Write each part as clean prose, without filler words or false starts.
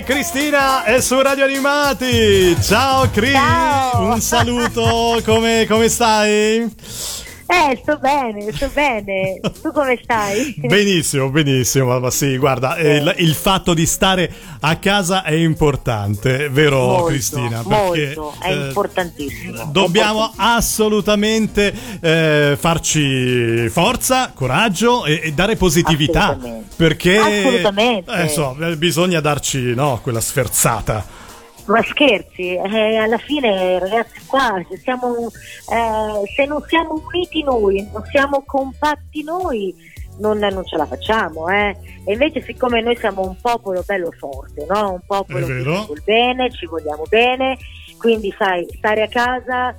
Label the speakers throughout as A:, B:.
A: Cristina è su Radio Animati. Ciao Cris,
B: Ciao.
A: un saluto, come stai?
B: Sto bene. Tu come stai?
A: Benissimo, ma sì, guarda, il fatto di stare a casa è importante, vero
B: Molto,
A: Cristina?
B: molto, è importantissimo.
A: Dobbiamo assolutamente farci forza, coraggio e dare positività,
B: Assolutamente.
A: perché
B: Assolutamente.
A: bisogna darci, no, quella sferzata.
B: Ma scherzi, alla fine ragazzi qua se non siamo uniti noi, non siamo compatti noi, non ce la facciamo, E invece siccome noi siamo un popolo bello forte, no? Un popolo che ci vuole bene, ci vogliamo bene, quindi sai, stare a casa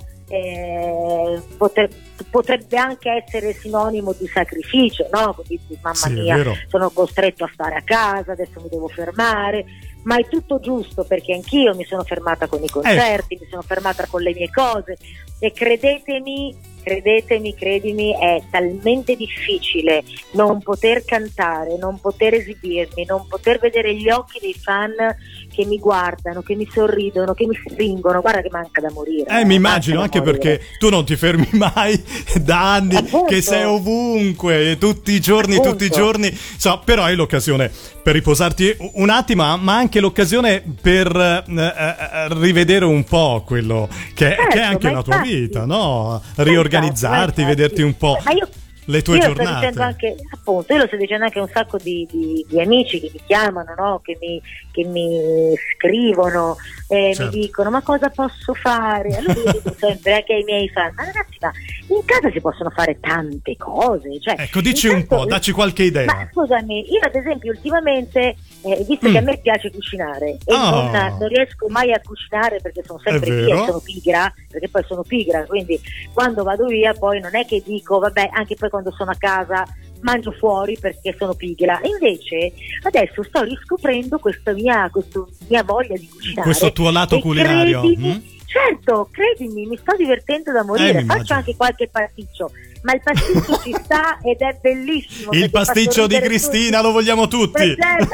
B: potrebbe anche essere sinonimo di sacrificio, no? Quindi, mamma mia, sono costretto a stare a casa, adesso mi devo fermare, ma è tutto giusto, perché anch'io mi sono fermata con i concerti, mi sono fermata con le mie cose, e credetemi, è talmente difficile non poter cantare, non poter esibirmi, non poter vedere gli occhi dei fan che mi guardano, che mi sorridono, che mi stringono. Guarda che manca da morire.
A: Mi immagino, anche perché tu non ti fermi mai da anni, appunto, che sei ovunque, tutti i giorni, però è l'occasione per riposarti un attimo, ma anche l'occasione per rivedere un po' quello che è anche la tua vita, no? Riorganizzarti, vederti un po' le tue giornate.
B: Sto dicendo anche, appunto, io lo sto dicendo anche a un sacco di amici che mi chiamano, no? Che mi scrivono, mi dicono: ma cosa posso fare? Allora io dico sempre anche ai miei fan: ma ragazzi, ma in casa si possono fare tante cose, cioè,
A: ecco, dici un po', dacci qualche idea.
B: Ma scusami, io ad esempio ultimamente, visto che a me piace cucinare e non riesco mai a cucinare perché sono sempre via, sono pigra, perché poi sono pigra, quindi quando vado via poi non è che dico vabbè, anche poi quando sono a casa mangio fuori perché sono pigra. E invece adesso sto riscoprendo questa mia voglia di cucinare,
A: questo tuo lato culinario.
B: Certo, credimi, mi sto divertendo da morire. Faccio anche qualche pasticcio, ma il pasticcio ci sta ed è bellissimo.
A: Il pasticcio di Cristina tutti. Lo vogliamo tutti.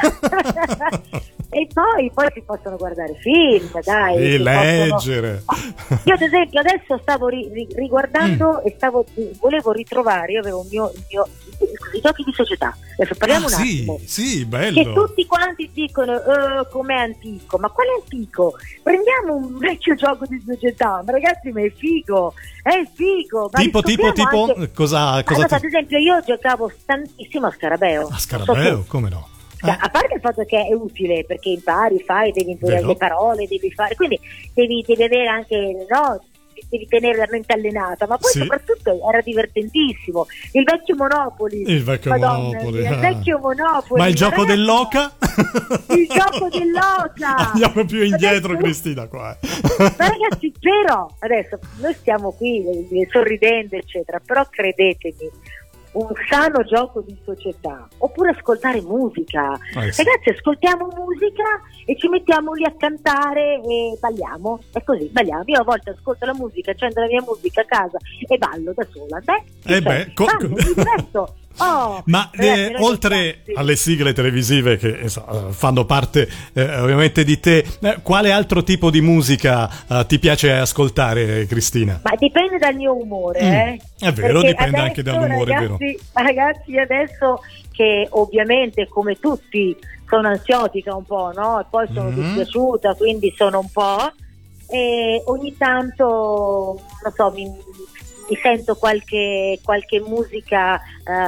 B: E poi si possono guardare film, dai,
A: e leggere.
B: Io ad esempio adesso stavo riguardando e volevo ritrovare, io avevo i giochi di società. Adesso parliamo un attimo. Sì, bello. Che tutti quanti dicono com'è antico, ma quale antico? Prendiamo un vecchio gioco di società, ma ragazzi, ma è figo. Ma
A: tipo
B: anche...
A: cosa
B: ad esempio io giocavo tantissimo a Scarabeo.
A: A Scarabeo, come no?
B: A parte il fatto che è utile perché impari, devi imparare le parole, devi fare, quindi devi avere anche, no, devi tenere la mente allenata, ma poi soprattutto era divertentissimo. Il vecchio Monopoli. Il vecchio Monopoli.
A: Ma il gioco dell'oca?
B: Il gioco dell'oca.
A: Andiamo più indietro, Cristina, qua.
B: Ma ragazzi, però adesso noi stiamo qui sorridendo, eccetera, però credetemi, un sano gioco di società, oppure ascoltare musica. Ragazzi, ascoltiamo musica e ci mettiamo lì a cantare e balliamo. È così, balliamo. Io a volte ascolto la musica, accendo la mia musica a casa e ballo da sola. Mi diverto.
A: Ma oltre alle sigle televisive che fanno parte ovviamente di te, quale altro tipo di musica ti piace ascoltare, Cristina?
B: Ma dipende dal mio umore,
A: È vero, dipende anche dall'umore,
B: ragazzi, adesso che ovviamente come tutti sono ansiotica un po', no? E poi sono dispiaciuta, quindi sono un po', e ogni tanto non so, mi sento qualche musica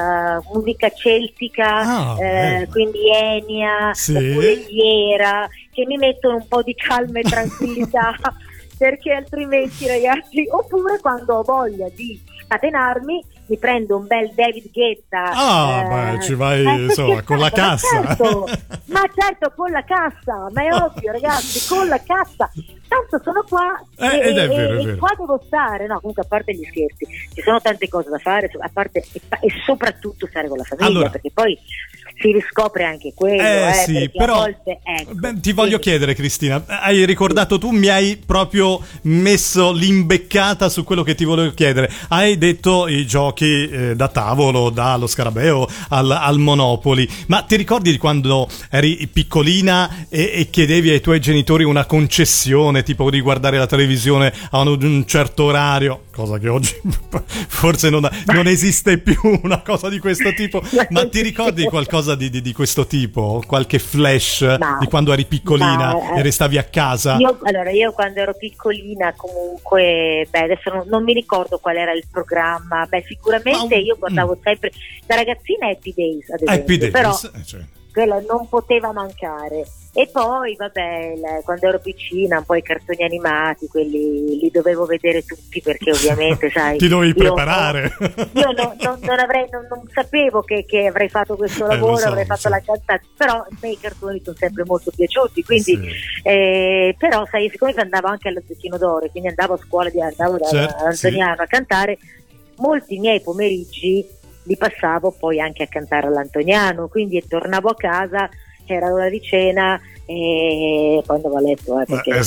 B: celtica, quindi Enya, oppure Viera, che mi mettono un po' di calma e tranquillità perché altrimenti, ragazzi, oppure quando ho voglia di scatenarmi mi prendo un bel David Guetta.
A: Ci vai insomma con la cassa.
B: Ma certo, con la cassa, ma è ovvio, ragazzi, con la cassa. Tanto sono qua e qua devo stare. No, comunque, a parte gli scherzi, ci sono tante cose da fare, a parte e soprattutto stare con la famiglia, perché poi si riscopre anche quello,
A: sì, però
B: volte, ecco,
A: ti voglio chiedere, Cristina, hai ricordato tu, mi hai proprio messo l'imbeccata su quello che ti volevo chiedere. Hai detto i giochi da tavolo, dallo scarabeo al Monopoli, ma ti ricordi di quando eri piccolina e chiedevi ai tuoi genitori una concessione, tipo di guardare la televisione a un certo orario, cosa che oggi forse non esiste più una cosa di questo tipo, ma ti ricordi qualcosa di questo tipo? Qualche flash di quando eri piccolina e restavi a casa?
B: Io quando ero piccolina comunque, adesso non mi ricordo qual era il programma, sicuramente io guardavo sempre da ragazzina Happy Days, ad esempio, però quello non poteva mancare. E poi quando ero piccina un po' i cartoni animati, quelli li dovevo vedere tutti, perché ovviamente sai,
A: ti dovevi preparare.
B: Io non sapevo che avrei fatto questo lavoro, avrei fatto la cantante, però a me i cartoni sono sempre molto piaciuti, quindi però sai, siccome andavo anche allo Zecchino d'Oro, quindi andavo a scuola, andavo da Antoniano a cantare, molti miei pomeriggi li passavo poi anche a cantare all'Antoniano, quindi tornavo a casa, era l'ora di cena e poi andavo a letto,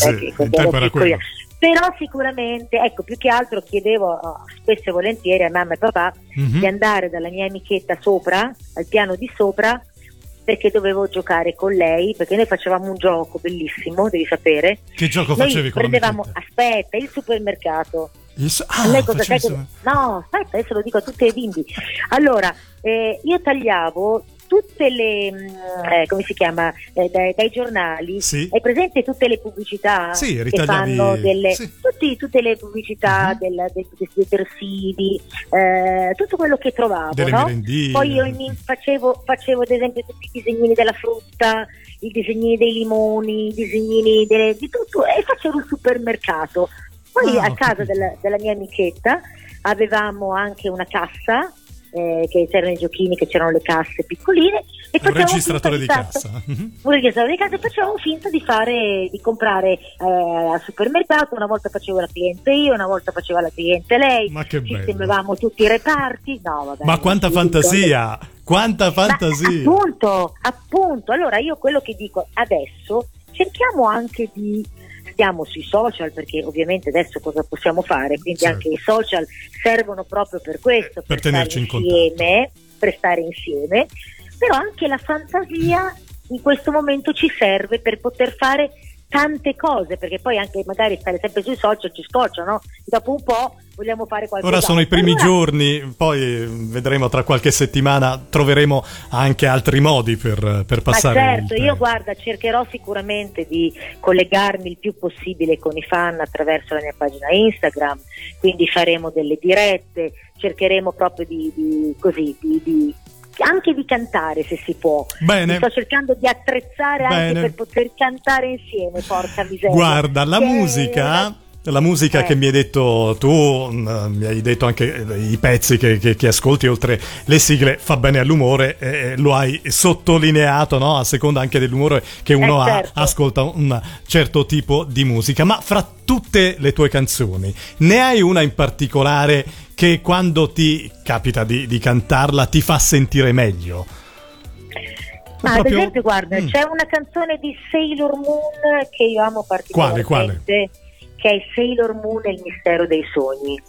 B: però sicuramente, ecco, più che altro chiedevo spesso e volentieri a mamma e papà di andare dalla mia amichetta sopra, al piano di sopra, perché dovevo giocare con lei, perché noi facevamo un gioco bellissimo, devi sapere.
A: Che gioco facevi con
B: aspetta, il supermercato. No, aspetta, adesso lo dico a tutte le bimbi. Allora, io tagliavo tutte le come si chiama, dai giornali, hai presente tutte le pubblicità che fanno tutte le pubblicità dei detersivi, tutto quello che trovavo, no? Poi io facevo ad esempio tutti i disegnini della frutta, i disegnini dei limoni, i disegnini di tutto, e facevo un supermercato. Poi a casa della mia amichetta avevamo anche una cassa, che c'erano i giochini, che c'erano le casse piccoline, e
A: un registratore di cassa.
B: Un registratore di cassa, e facevamo finta di comprare al supermercato. Una volta facevo la cliente io, una volta faceva la cliente lei.
A: Ma che bello!
B: Sistemavamo tutti i reparti.
A: Ma quanta fantasia! Quanta fantasia!
B: Appunto. Allora io quello che dico adesso, cerchiamo anche stiamo sui social, perché ovviamente adesso cosa possiamo fare, quindi anche i social servono proprio per questo,
A: per tenerci
B: per stare insieme, però anche la fantasia in questo momento ci serve per poter fare tante cose, perché poi anche magari stare sempre sui social ci scoccia, no? Dopo un po' vogliamo fare qualcosa.
A: Ora sono i primi giorni, poi vedremo tra qualche settimana, troveremo anche altri modi per passare.
B: Ma certo, io cercherò sicuramente di collegarmi il più possibile con i fan attraverso la mia pagina Instagram, quindi faremo delle dirette, cercheremo proprio anche di cantare, se si può.
A: Bene.
B: Sto cercando di attrezzare anche per poter cantare insieme, porca miseria.
A: Guarda, la musica che mi hai detto tu, mi hai detto anche i pezzi che ascolti, oltre le sigle, fa bene all'umore, lo hai sottolineato, no? A seconda anche dell'umore che uno ascolta un certo tipo di musica. Ma fra tutte le tue canzoni, ne hai una in particolare che quando ti capita di cantarla ti fa sentire meglio?
B: Ad esempio, guarda, c'è una canzone di Sailor Moon che io amo particolarmente.
A: Quale?
B: Che è Sailor Moon e il mistero dei sogni.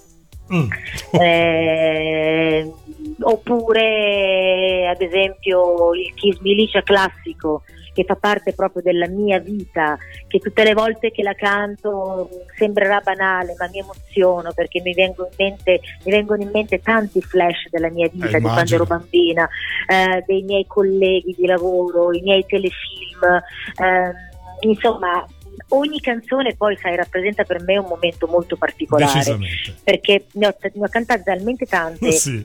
B: Oppure ad esempio il Kiss Me Licia classico, che fa parte proprio della mia vita, che tutte le volte che la canto sembrerà banale, ma mi emoziono, perché mi vengono in mente tanti flash della mia vita, di quando ero bambina, dei miei colleghi di lavoro, i miei telefilm, insomma ogni canzone poi rappresenta per me un momento molto particolare, perché ne ho cantate talmente tante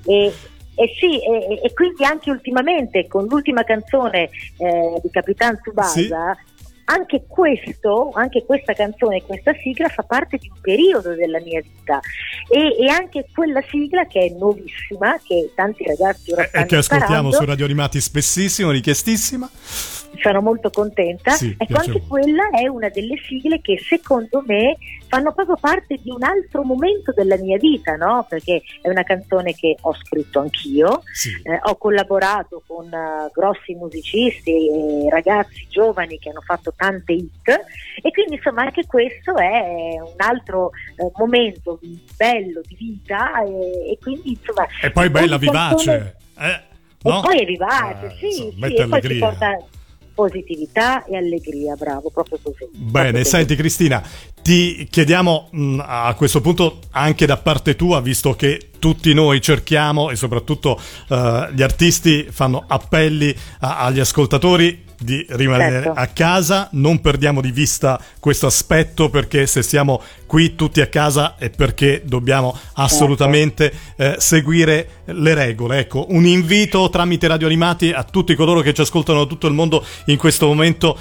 B: e quindi anche ultimamente con l'ultima canzone di Capitan Tsubasa, anche questa canzone, questa sigla fa parte di un periodo della mia vita, e anche quella sigla che è nuovissima, che tanti ragazzi ora stanno
A: che ascoltiamo su Radio Animati spessissimo, richiestissima.
B: sono molto contenta. Ecco, anche quella è una delle sigle che secondo me fanno proprio parte di un altro momento della mia vita, no? Perché è una canzone che ho scritto anch'io, ho collaborato con grossi musicisti e ragazzi giovani che hanno fatto tante hit, e quindi insomma anche questo è un altro momento bello di vita, e quindi insomma
A: e poi bella vivace, no?
B: E poi è vivace, sì, e poi ci porta positività e allegria, bravo, proprio così.
A: Bene, senti Cristina, ti chiediamo a questo punto anche da parte tua, visto che tutti noi cerchiamo e soprattutto gli artisti fanno appelli agli ascoltatori di rimanere a casa, non perdiamo di vista questo aspetto, perché se siamo qui tutti a casa è perché dobbiamo assolutamente seguire le regole. Ecco, un invito tramite Radio Animati a tutti coloro che ci ascoltano da tutto il mondo in questo momento,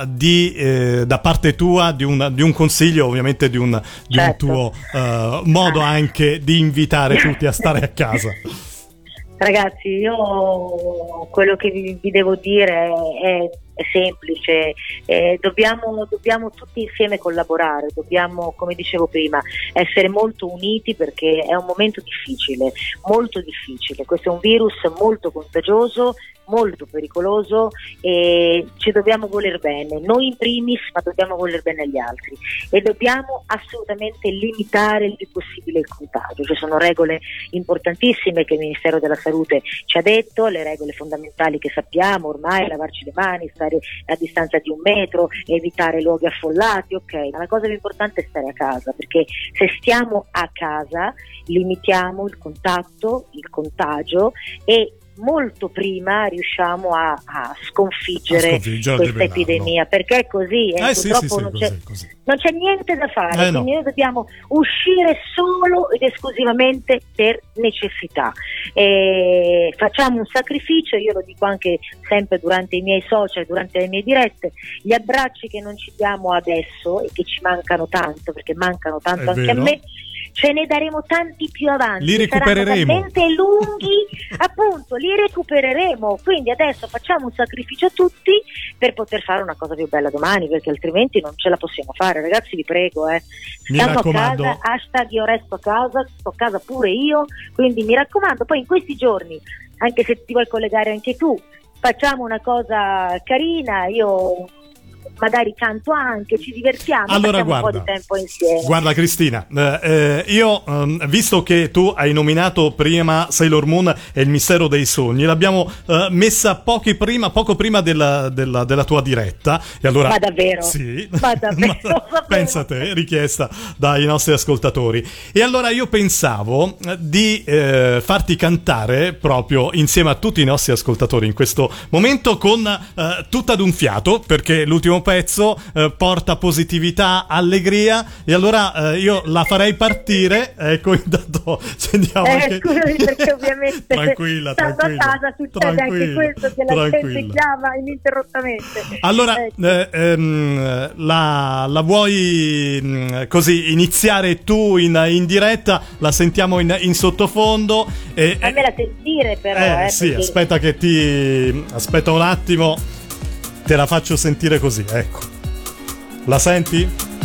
A: da parte tua, di un consiglio, ovviamente di un tuo modo anche di invitare tutti a stare a casa.
B: Ragazzi, io quello che vi devo dire è semplice, dobbiamo tutti insieme collaborare, dobbiamo, come dicevo prima, essere molto uniti, perché è un momento difficile, molto difficile. Questo è un virus molto contagioso, molto pericoloso, e ci dobbiamo voler bene, noi in primis, ma dobbiamo voler bene agli altri, e dobbiamo assolutamente limitare il più possibile il contagio. Ci sono regole importantissime che il Ministero della Salute ci ha detto, le regole fondamentali che sappiamo ormai: lavarci le mani, stare a distanza di 1 metro, evitare luoghi affollati, ok, ma la cosa più importante è stare a casa, perché se stiamo a casa limitiamo il contatto, il contagio, e molto prima riusciamo a sconfiggere questa epidemia, perché è così, purtroppo non c'è niente da fare, quindi noi dobbiamo uscire solo ed esclusivamente per necessità, facciamo un sacrificio. Io lo dico anche sempre durante i miei social, durante le mie dirette: gli abbracci che non ci diamo adesso e che ci mancano tanto, perché mancano tanto anche a me, ce ne daremo tanti più avanti,
A: li recupereremo,
B: saranno talmente lunghi appunto, li recupereremo. Quindi adesso facciamo un sacrificio tutti per poter fare una cosa più bella domani, perché altrimenti non ce la possiamo fare, ragazzi, vi prego, stiamo a casa, hashtag io resto a casa, sto a casa pure io, quindi mi raccomando. Poi in questi giorni, anche se ti vuoi collegare anche tu, facciamo una cosa carina, io magari canto anche, ci divertiamo,
A: allora,
B: facciamo un po' di tempo insieme.
A: Guarda Cristina, io visto che tu hai nominato prima Sailor Moon e il mistero dei sogni, l'abbiamo messa poco prima della tua diretta, e allora
B: ma davvero?
A: Sì,
B: ma davvero?
A: Pensa a te, richiesta dai nostri ascoltatori, e allora io pensavo di farti cantare proprio insieme a tutti i nostri ascoltatori in questo momento con Tutta d'un fiato, perché l'ultimo pezzo porta positività, allegria, e allora io la farei partire. Ecco, intanto sentiamo
B: scusami, perché ovviamente
A: tranquilla,
B: stando a casa succede anche questo, che la gente chiama ininterrottamente.
A: Allora la vuoi così iniziare tu in diretta? La sentiamo in sottofondo,
B: fammela sentire però
A: sì, perché... aspetta un attimo, te la faccio sentire così, ecco. La senti?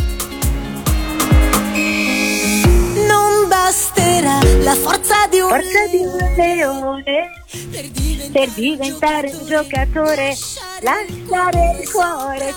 C: Non basterà la forza di un
B: leone per diventare un giocatore, lasciare il cuore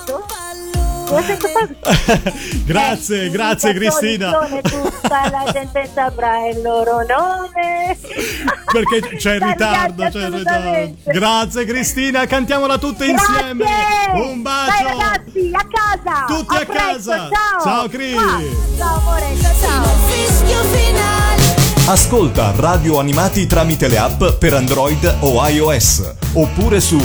A: grazie Cristina,
B: tutta la gente saprà il loro nome,
A: perché c'è il ritardo. Grazie Cristina, cantiamola tutte insieme. Un bacio.
B: Dai ragazzi, a casa,
A: tutti a casa. Ciao Cris.
B: Ciao amore, ciao.
D: Ascolta Radio Animati tramite le app per Android o iOS, oppure su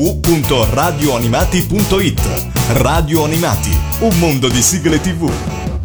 D: www.radioanimati.it. Radio Animati, un mondo di sigle TV.